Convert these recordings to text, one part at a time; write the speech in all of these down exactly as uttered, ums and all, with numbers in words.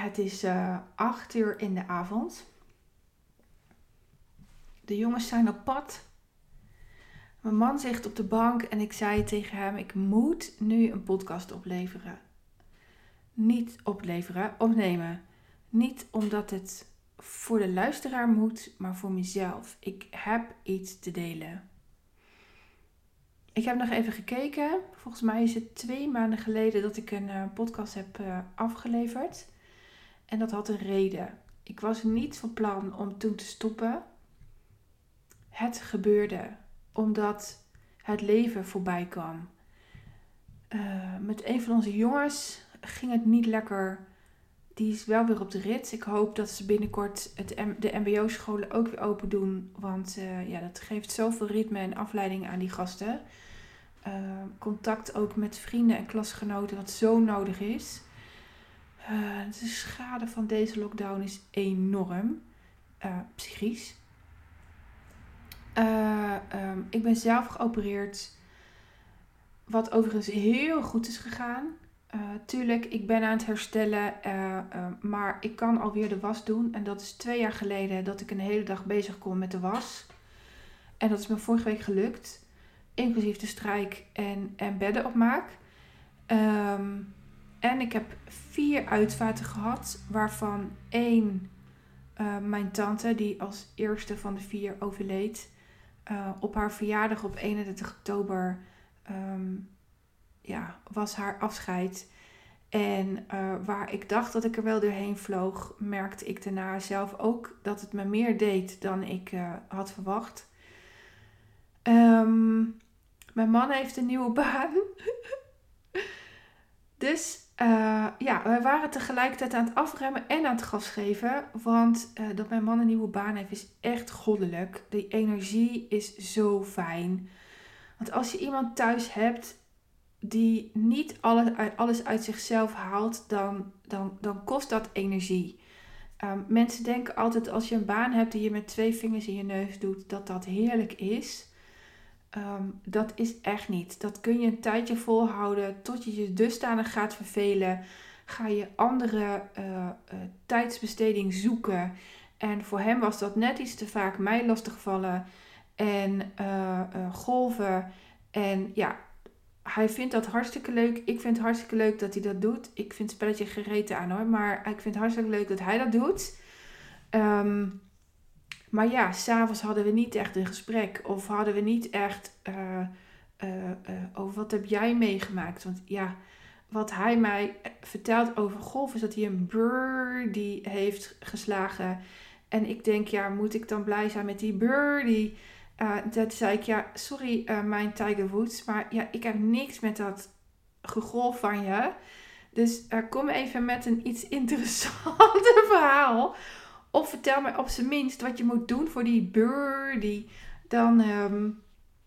Het is uh, acht uur in de avond. De jongens zijn op pad. Mijn man zit op de bank en ik zei tegen hem, ik moet nu een podcast opleveren. Niet opleveren, opnemen. Niet omdat het voor de luisteraar moet, maar voor mezelf. Ik heb iets te delen. Ik heb nog even gekeken. Volgens mij is het twee maanden geleden dat ik een uh, podcast heb uh, afgeleverd. En dat had een reden. Ik was niet van plan om toen te stoppen. Het gebeurde omdat het leven voorbij kwam. Uh, met een van onze jongens ging het niet lekker. Die is wel weer op de rit. Ik hoop dat ze binnenkort het M- de mbo-scholen ook weer open doen. Want uh, ja, dat geeft zoveel ritme en afleiding aan die gasten. Uh, contact ook met vrienden en klasgenoten, wat zo nodig is. Uh, de schade van deze lockdown is enorm. Uh, psychisch. Uh, um, ik ben zelf geopereerd. Wat overigens heel goed is gegaan. Uh, tuurlijk, ik ben aan het herstellen. Uh, uh, maar ik kan alweer de was doen. En dat is twee jaar geleden dat ik een hele dag bezig kon met de was. En dat is me vorige week gelukt. Inclusief de strijk en, en bedden opmaak. Um, en ik heb vier uitvaarten gehad. Waarvan één uh, mijn tante, die als eerste van de vier overleed. Uh, op haar verjaardag op eenendertig oktober um, ja, was haar afscheid. En uh, waar ik dacht dat ik er wel doorheen vloog, merkte ik daarna zelf ook dat het me meer deed dan ik uh, had verwacht. Um, mijn man heeft een nieuwe baan. Dus uh, ja, wij waren tegelijkertijd aan het afremmen en aan het gas geven. Want uh, dat mijn man een nieuwe baan heeft is echt goddelijk. Die energie is zo fijn. Want als je iemand thuis hebt die niet alles, alles uit zichzelf haalt, dan, dan, dan kost dat energie. Um, mensen denken altijd als je een baan hebt die je met twee vingers in je neus doet, dat dat heerlijk is. Um, dat is echt niet. Dat kun je een tijdje volhouden tot je je dusdanig gaat vervelen. Ga je andere uh, uh, tijdsbesteding zoeken. En voor hem was dat net iets te vaak mij lastigvallen. En uh, uh, golven. En ja, hij vindt dat hartstikke leuk. Ik vind het hartstikke leuk dat hij dat doet. Ik vind het spelletje gereten aan hoor. Maar ik vind het hartstikke leuk dat hij dat doet. Um, Maar ja, s'avonds hadden we niet echt een gesprek. Of hadden we niet echt uh, uh, uh, over wat heb jij meegemaakt. Want ja, wat hij mij vertelt over golf is dat hij een birdie heeft geslagen. En ik denk, ja, moet ik dan blij zijn met die birdie? Uh, dat zei ik, ja, sorry uh, mijn Tiger Woods. Maar ja, ik heb niks met dat gegolf van je. Dus uh, kom even met een iets interessanter verhaal. Of vertel mij op zijn minst wat je moet doen voor die birdie. Dan, um,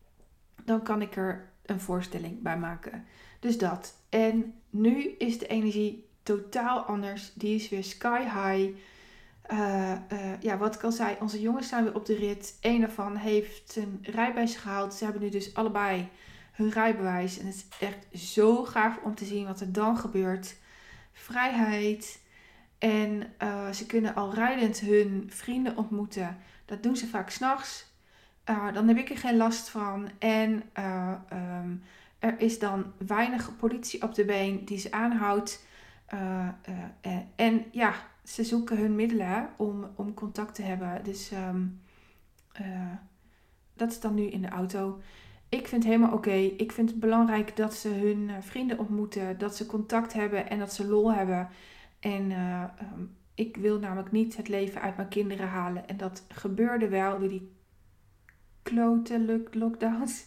dan kan ik er een voorstelling bij maken. Dus dat. En nu is de energie totaal anders. Die is weer sky high. Uh, uh, ja, wat ik al zei. Onze jongens zijn weer op de rit. Eén daarvan heeft zijn rijbewijs gehaald. Ze hebben nu dus allebei hun rijbewijs. En het is echt zo gaaf om te zien wat er dan gebeurt. Vrijheid. En uh, ze kunnen al rijdend hun vrienden ontmoeten. Dat doen ze vaak 's nachts. Uh, dan heb ik er geen last van. En uh, um, er is dan weinig politie op de been die ze aanhoudt. Uh, uh, en, en ja, ze zoeken hun middelen om, om contact te hebben. Dus um, uh, dat is dan nu in de auto. Ik vind het helemaal oké. Okay. Ik vind het belangrijk dat ze hun vrienden ontmoeten. Dat ze contact hebben en dat ze lol hebben. En uh, um, ik wil namelijk niet het leven uit mijn kinderen halen. En dat gebeurde wel door die klote lockdowns.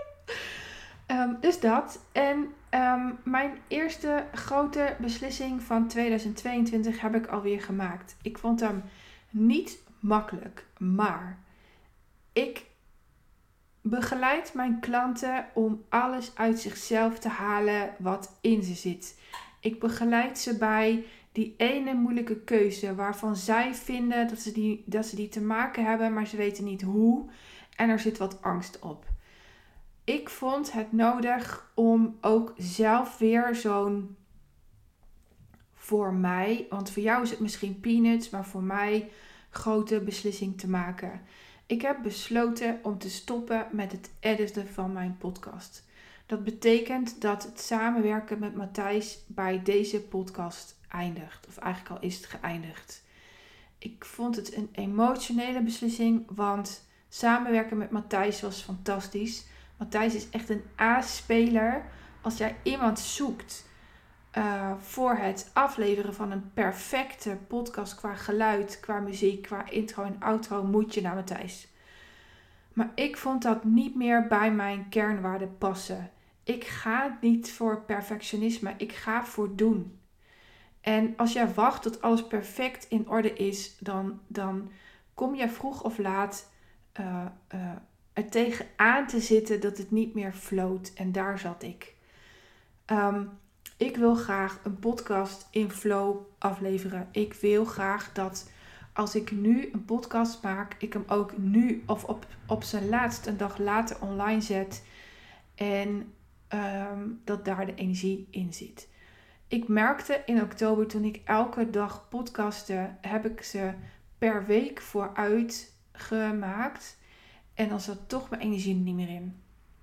um, dus dat. En um, mijn eerste grote beslissing van tweeduizend tweeëntwintig heb ik alweer gemaakt. Ik vond hem niet makkelijk. Maar ik begeleid mijn klanten om alles uit zichzelf te halen wat in ze zit. Ik begeleid ze bij die ene moeilijke keuze waarvan zij vinden dat ze, die, dat ze die te maken hebben, maar ze weten niet hoe. En er zit wat angst op. Ik vond het nodig om ook zelf weer zo'n voor mij, want voor jou is het misschien peanuts, maar voor mij grote beslissing te maken. Ik heb besloten om te stoppen met het editen van mijn podcast. Dat betekent dat het samenwerken met Matthijs bij deze podcast eindigt. Of eigenlijk al is het geëindigd. Ik vond het een emotionele beslissing, want samenwerken met Matthijs was fantastisch. Matthijs is echt een A-speler. Als jij iemand zoekt uh, voor het afleveren van een perfecte podcast qua geluid, qua muziek, qua intro en outro, moet je naar Matthijs. Maar ik vond dat niet meer bij mijn kernwaarden passen. Ik ga niet voor perfectionisme, ik ga voor doen. En als jij wacht tot alles perfect in orde is, dan, dan kom je vroeg of laat uh, uh, er tegenaan te zitten dat het niet meer float. En daar zat ik. Um, ik wil graag een podcast in flow afleveren. Ik wil graag dat als ik nu een podcast maak, ik hem ook nu of op, op zijn laatst een dag later online zet. En um, dat daar de energie in zit. Ik merkte in oktober, toen ik elke dag podcastte, heb ik ze per week vooruit gemaakt. En dan zat toch mijn energie er niet meer in.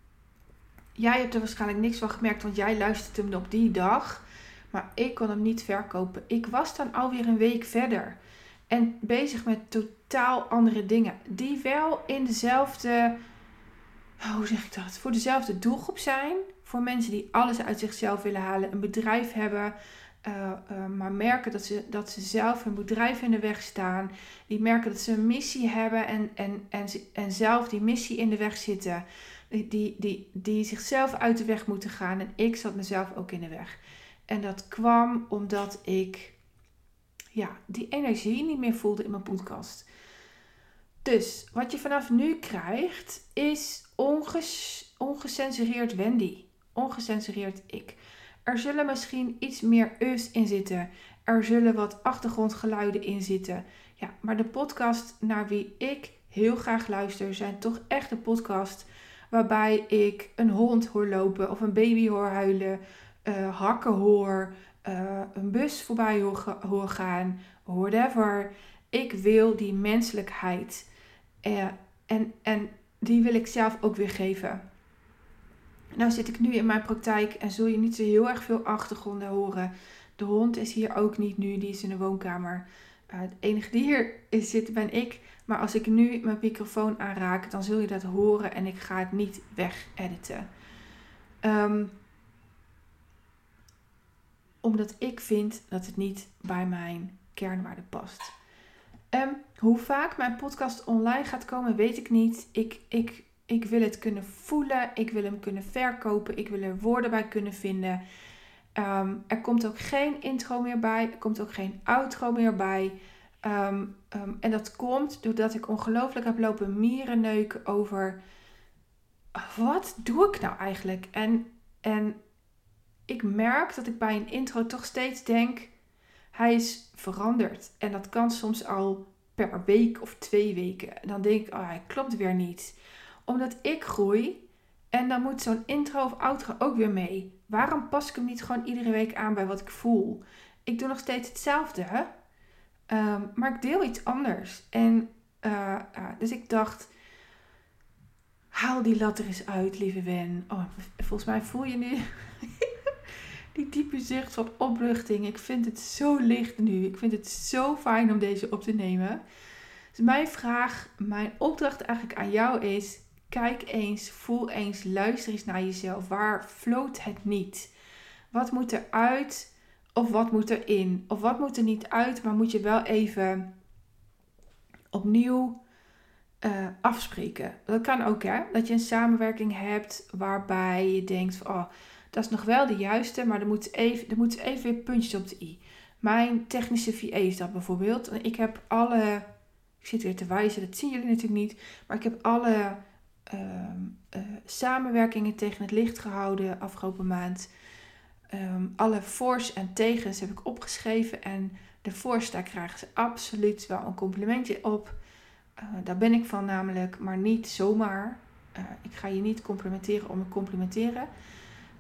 Jij hebt er waarschijnlijk niks van gemerkt, want jij luistert hem op die dag. Maar ik kon hem niet verkopen. Ik was dan alweer een week verder. En bezig met totaal andere dingen. Die wel in dezelfde, hoe zeg ik dat? Voor dezelfde doelgroep zijn. Voor mensen die alles uit zichzelf willen halen. Een bedrijf hebben. Uh, uh, maar merken dat ze, dat ze zelf hun bedrijf in de weg staan. Die merken dat ze een missie hebben. En, en, en, en zelf die missie in de weg zitten. Die, die, die, die zichzelf uit de weg moeten gaan. En ik zat mezelf ook in de weg. En dat kwam omdat ik ja, die energie niet meer voelde in mijn podcast. Dus wat je vanaf nu krijgt is onges, ongecensureerd Wendy. Ongecensureerd ik. Er zullen misschien iets meer us in zitten. Er zullen wat achtergrondgeluiden in zitten. Ja, maar de podcast naar wie ik heel graag luister zijn toch echt de podcast waarbij ik een hond hoor lopen of een baby hoor huilen, uh, hakken hoor, uh, een bus voorbij hoor, hoor gaan, whatever. Ik wil die menselijkheid uh, en, en die wil ik zelf ook weer geven. Nou zit ik nu in mijn praktijk en zul je niet zo heel erg veel achtergronden horen. De hond is hier ook niet nu, die is in de woonkamer. Uh, het enige die hier is zitten ben ik. Maar als ik nu mijn microfoon aanraak, dan zul je dat horen en ik ga het niet weg-editen. Um, omdat ik vind dat het niet bij mijn kernwaarden past. Um, hoe vaak mijn podcast online gaat komen, weet ik niet. Ik, ik, ik wil het kunnen voelen. Ik wil hem kunnen verkopen. Ik wil er woorden bij kunnen vinden. Um, er komt ook geen intro meer bij. Er komt ook geen outro meer bij. Um, um, en dat komt doordat ik ongelooflijk heb lopen mierenneuken over wat doe ik nou eigenlijk? En, en ik merk dat ik bij een intro toch steeds denk, hij is veranderd. En dat kan soms al per week of twee weken. En dan denk ik, oh, hij klopt weer niet. Omdat ik groei en dan moet zo'n intro of outro ook weer mee. Waarom pas ik hem niet gewoon iedere week aan bij wat ik voel? Ik doe nog steeds hetzelfde, hè? Um, maar ik deel iets anders. En uh, uh, dus ik dacht, haal die lat er eens uit, lieve Wen. Oh, volgens mij voel je nu die diepe zucht van opluchting. Ik vind het zo licht nu. Ik vind het zo fijn om deze op te nemen. Dus mijn vraag, mijn opdracht eigenlijk aan jou is, kijk eens, voel eens, luister eens naar jezelf. Waar floot het niet? Wat moet er uit? Of wat moet er in? Of wat moet er niet uit, maar moet je wel even opnieuw uh, afspreken. Dat kan ook, hè. Dat je een samenwerking hebt waarbij je denkt van, oh, dat is nog wel de juiste, maar er moet even, er moeten even weer puntjes op de i. Mijn technische V A is dat bijvoorbeeld. Ik heb alle, ik zit weer te wijzen, dat zien jullie natuurlijk niet, maar ik heb alle uh, uh, samenwerkingen tegen het licht gehouden afgelopen maand. Um, alle voor's en tegens heb ik opgeschreven. En de voor's, daar krijgen ze absoluut wel een complimentje op. Uh, daar ben ik van namelijk, maar niet zomaar. Uh, ik ga je niet complimenteren om me complimenteren.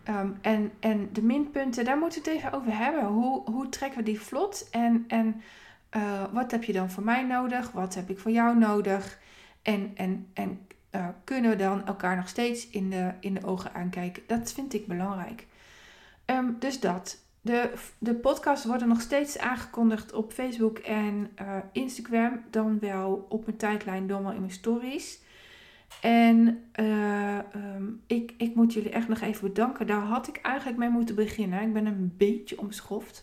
Um, en, en de minpunten, daar moeten we het even over hebben. Hoe, hoe trekken we die vlot? En, en uh, wat heb je dan voor mij nodig? Wat heb ik voor jou nodig? En, en, en uh, kunnen we dan elkaar nog steeds in de, in de ogen aankijken? Dat vind ik belangrijk. Um, dus dat. De, de podcasts worden nog steeds aangekondigd op Facebook en uh, Instagram. Dan wel op mijn tijdlijn, dan wel in mijn stories. En uh, um, ik, ik moet jullie echt nog even bedanken. Daar had ik eigenlijk mee moeten beginnen. Ik ben een beetje omschoft.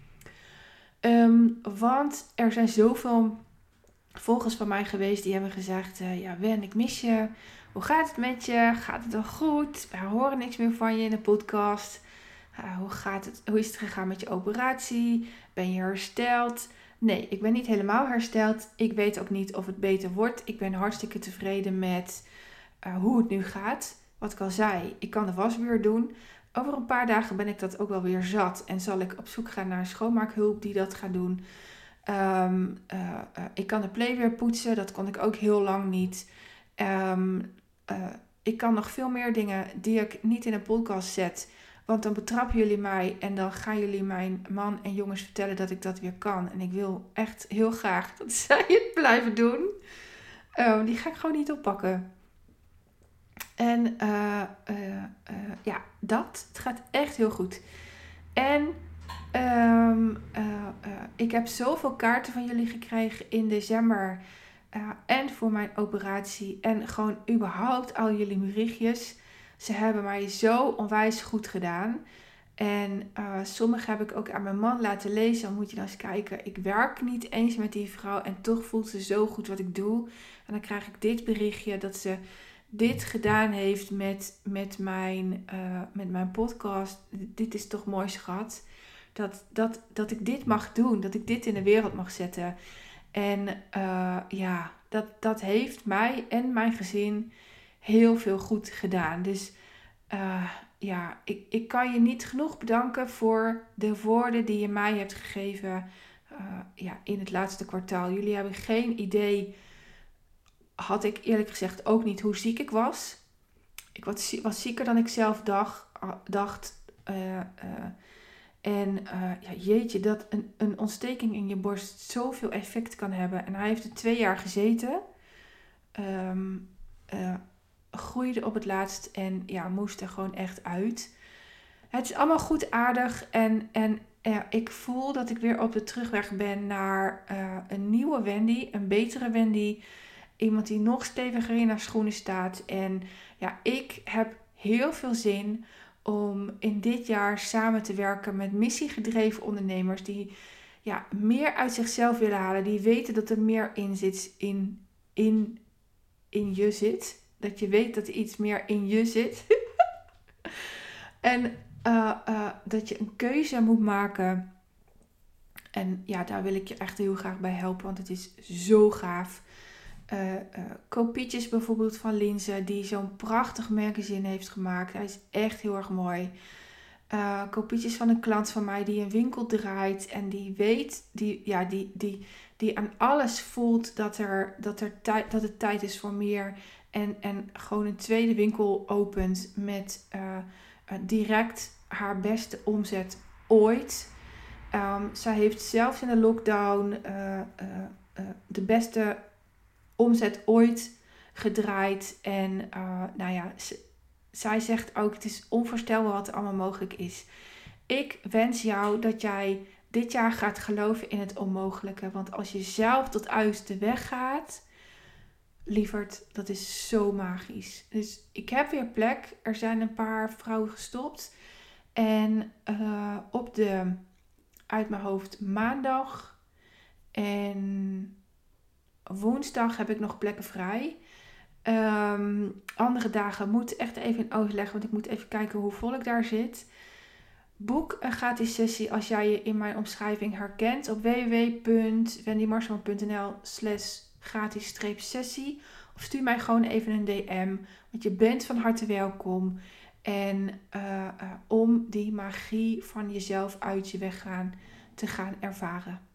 Um, want er zijn zoveel volgers van mij geweest die hebben gezegd... Uh, ja, Wen, ik mis je. Hoe gaat het met je? Gaat het wel goed? We horen niks meer van je in de podcast. Uh, hoe, gaat het, hoe is het gegaan met je operatie? Ben je hersteld? Nee, ik ben niet helemaal hersteld. Ik weet ook niet of het beter wordt. Ik ben hartstikke tevreden met uh, hoe het nu gaat. Wat ik al zei, ik kan de was weer doen. Over een paar dagen ben ik dat ook wel weer zat. En zal ik op zoek gaan naar een schoonmaakhulp die dat gaat doen. Um, uh, uh, ik kan de play weer poetsen. Dat kon ik ook heel lang niet. Um, uh, ik kan nog veel meer dingen die ik niet in een podcast zet... Want dan betrappen jullie mij en dan gaan jullie mijn man en jongens vertellen dat ik dat weer kan. En ik wil echt heel graag dat zij het blijven doen. Uh, die ga ik gewoon niet oppakken. En uh, uh, uh, ja, dat. Het gaat echt heel goed. En um, uh, uh, ik heb zoveel kaarten van jullie gekregen in december. Uh, en voor mijn operatie. En gewoon überhaupt al jullie berichtjes. Ze hebben mij zo onwijs goed gedaan. En uh, sommige heb ik ook aan mijn man laten lezen. Dan moet je dan eens kijken. Ik werk niet eens met die vrouw. En toch voelt ze zo goed wat ik doe. En dan krijg ik dit berichtje. Dat ze dit gedaan heeft met, met, mijn, uh, met mijn podcast. Dit is toch mooi, schat. Dat, dat, dat ik dit mag doen. Dat ik dit in de wereld mag zetten. En uh, ja, dat, dat heeft mij en mijn gezin... heel veel goed gedaan. Dus uh, ja, ik, ik kan je niet genoeg bedanken voor de woorden die je mij hebt gegeven uh, ja, in het laatste kwartaal. Jullie hebben geen idee, had ik eerlijk gezegd ook niet, hoe ziek ik was. Ik was, was zieker dan ik zelf dacht. dacht uh, uh, en uh, ja, jeetje, dat een, een ontsteking in je borst zoveel effect kan hebben. En hij heeft er twee jaar gezeten. Um, uh, groeide op het laatst en ja, moest er gewoon echt uit. Het is allemaal goed aardig en, en ja, ik voel dat ik weer op de terugweg ben naar uh, een nieuwe Wendy, een betere Wendy. Iemand die nog steviger in haar schoenen staat. En ja, ik heb heel veel zin om in dit jaar samen te werken met missiegedreven ondernemers die ja, meer uit zichzelf willen halen. Die weten dat er meer in zit, in, in, in je zit. Dat je weet dat er iets meer in je zit. en uh, uh, dat je een keuze moet maken. En ja, daar wil ik je echt heel graag bij helpen. Want het is zo gaaf. Uh, uh, kopietjes bijvoorbeeld van Linze. Die zo'n prachtig magazine heeft gemaakt. Hij is echt heel erg mooi. Uh, kopietjes van een klant van mij die een winkel draait. En die weet, die, ja, die, die, die aan alles voelt dat, er, dat, er tij- dat het tijd is voor meer. En, en gewoon een tweede winkel opent met uh, uh, direct haar beste omzet ooit. Um, zij heeft zelfs in de lockdown uh, uh, uh, de beste omzet ooit gedraaid. En uh, nou ja, z- zij zegt ook, het is onvoorstelbaar wat er allemaal mogelijk is. Ik wens jou dat jij dit jaar gaat geloven in het onmogelijke. Want als je zelf tot uiterste weg gaat... Lieverd, dat is zo magisch. Dus ik heb weer plek. Er zijn een paar vrouwen gestopt. En uh, op de, uit mijn hoofd, maandag en woensdag heb ik nog plekken vrij. Um, andere dagen moet echt even in overleg, want ik moet even kijken hoe vol ik daar zit. Boek een gratis sessie als jij je in mijn omschrijving herkent op w w w punt wendymarsman punt n l slash gratis sessie. Of stuur mij gewoon even een D M. Want je bent van harte welkom. En uh, uh, om die magie van jezelf uit je weg gaan te gaan ervaren.